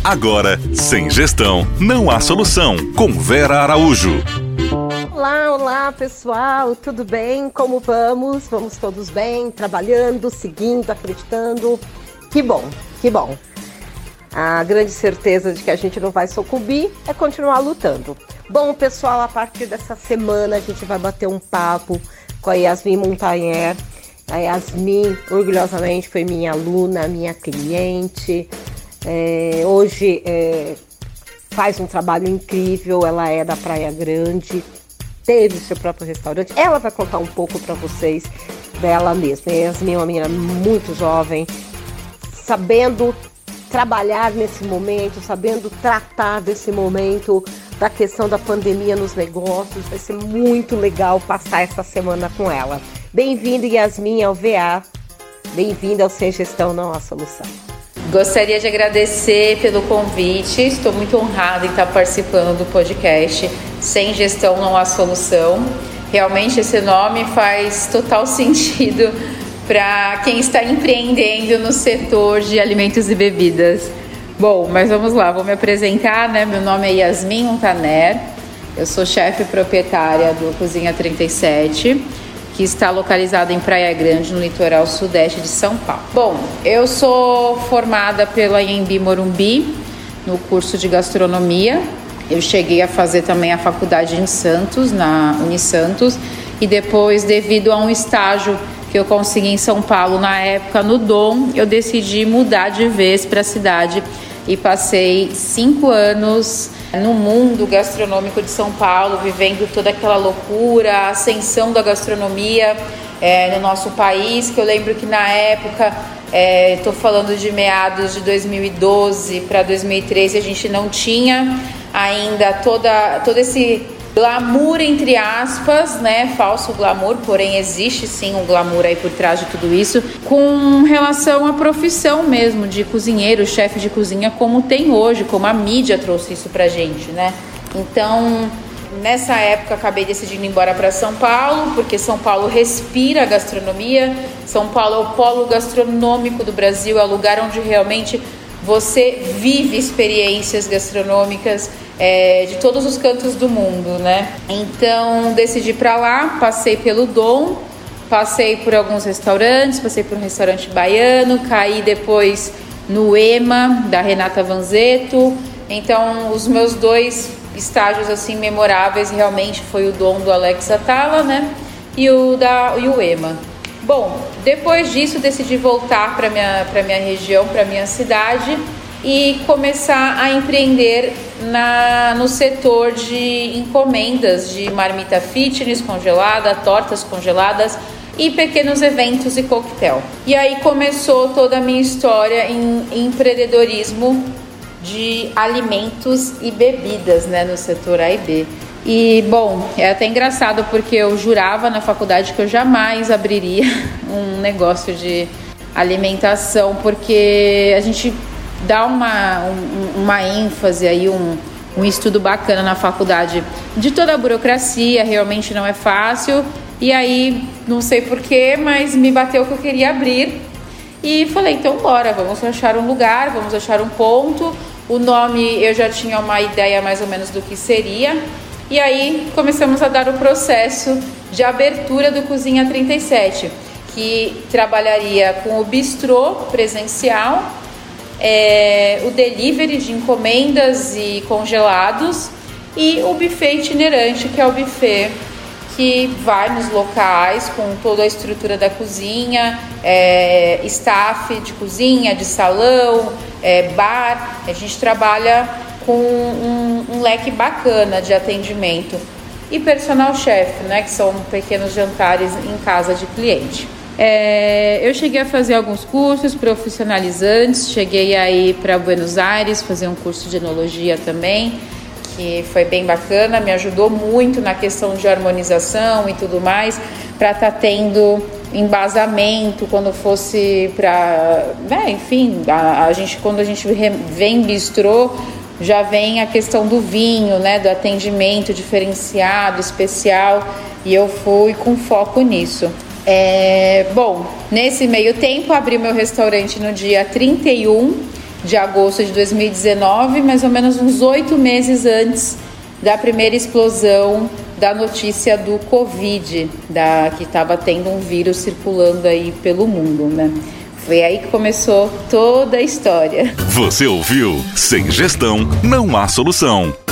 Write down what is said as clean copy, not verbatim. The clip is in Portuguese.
Agora, sem gestão, não há solução. Com Vera Araújo. Olá pessoal, tudo bem? Como vamos? Vamos todos bem? Trabalhando, seguindo, acreditando? Que bom. A grande certeza de que a gente não vai sucumbir é continuar lutando. Bom, pessoal, a partir dessa semana a gente vai bater um papo com a Yasmin Montaner. A Yasmin, orgulhosamente, foi minha aluna, minha cliente. Hoje faz um trabalho incrível, ela é da Praia Grande, teve seu próprio restaurante. Ela vai contar um pouco para vocês dela mesma. A Yasmin é uma menina muito jovem, sabendo trabalhar nesse momento, sabendo tratar desse momento da questão da pandemia nos negócios. Vai ser muito legal passar essa semana com ela. Bem-vinda, Yasmin, ao VA. Bem-vinda ao Sem Gestão Não Há Solução. Gostaria de agradecer pelo convite. Estou muito honrada em estar participando do podcast Sem Gestão Não Há Solução. Realmente esse nome faz total sentido para quem está empreendendo no setor de alimentos e bebidas. Bom, mas vamos lá, vou me apresentar, né? Meu nome é Yasmin Montaner, eu sou chefe proprietária do Cozinha 37, que está localizada em Praia Grande, no litoral sudeste de São Paulo. Bom, eu sou formada pela Anhembi Morumbi, no curso de gastronomia. Eu cheguei a fazer também a faculdade em Santos, na Unisantos, e depois, devido a um estágio que eu consegui em São Paulo na época, no Dom, eu decidi mudar de vez para a cidade e passei 5 anos no mundo gastronômico de São Paulo, vivendo toda aquela loucura, a ascensão da gastronomia no nosso país, que eu lembro que na época, estou falando de meados de 2012 para 2013, a gente não tinha ainda todo esse glamour, entre aspas, né? Falso glamour, porém existe sim um glamour aí por trás de tudo isso, com relação à profissão mesmo de cozinheiro, chefe de cozinha, como tem hoje, como a mídia trouxe isso pra gente, né? Então, nessa época, acabei decidindo ir embora para São Paulo, porque São Paulo respira a gastronomia. São Paulo é o polo gastronômico do Brasil, é o lugar onde realmente você vive experiências gastronômicas de todos os cantos do mundo, né? Então, decidi ir para lá, passei pelo Dom, passei por alguns restaurantes, passei por um restaurante baiano, caí depois no EMA, da Renata Vanzetto. Então, os meus 2 estágios assim memoráveis realmente foi o Dom do Alex Atala, né? E o EMA. Bom, depois disso decidi voltar para minha região, para minha cidade e começar a empreender no setor de encomendas de marmita fitness congelada, tortas congeladas e pequenos eventos e coquetel. E aí começou toda a minha história em empreendedorismo de alimentos e bebidas, né, no setor A e B. E, bom, é até engraçado porque eu jurava na faculdade que eu jamais abriria um negócio de alimentação, porque a gente dá uma ênfase aí, um estudo bacana na faculdade de toda a burocracia, realmente não é fácil. E aí, não sei porquê, mas me bateu que eu queria abrir. E falei, então bora, vamos achar um lugar, vamos achar um ponto. O nome eu já tinha uma ideia mais ou menos do que seria. E aí começamos a dar o processo de abertura do Cozinha 37, que trabalharia com o bistrô presencial, o delivery de encomendas e congelados e o buffet itinerante, que é o buffet que vai nos locais com toda a estrutura da cozinha, staff de cozinha, de salão, bar. A gente trabalha com um leque bacana de atendimento e personal chef, né, que são pequenos jantares em casa de cliente. Eu cheguei a fazer alguns cursos profissionalizantes, cheguei a ir para Buenos Aires fazer um curso de enologia também, que foi bem bacana, me ajudou muito na questão de harmonização e tudo mais, para estar tendo embasamento quando fosse para, né, enfim, quando a gente vem bistrô, já vem a questão do vinho, né, do atendimento diferenciado, especial, e eu fui com foco nisso. Bom, nesse meio tempo abri meu restaurante no dia 31 de agosto de 2019, mais ou menos uns 8 meses antes da primeira explosão da notícia do Covid, que estava tendo um vírus circulando aí pelo mundo, né? Foi aí que começou toda a história. Você ouviu? Sem gestão, não há solução.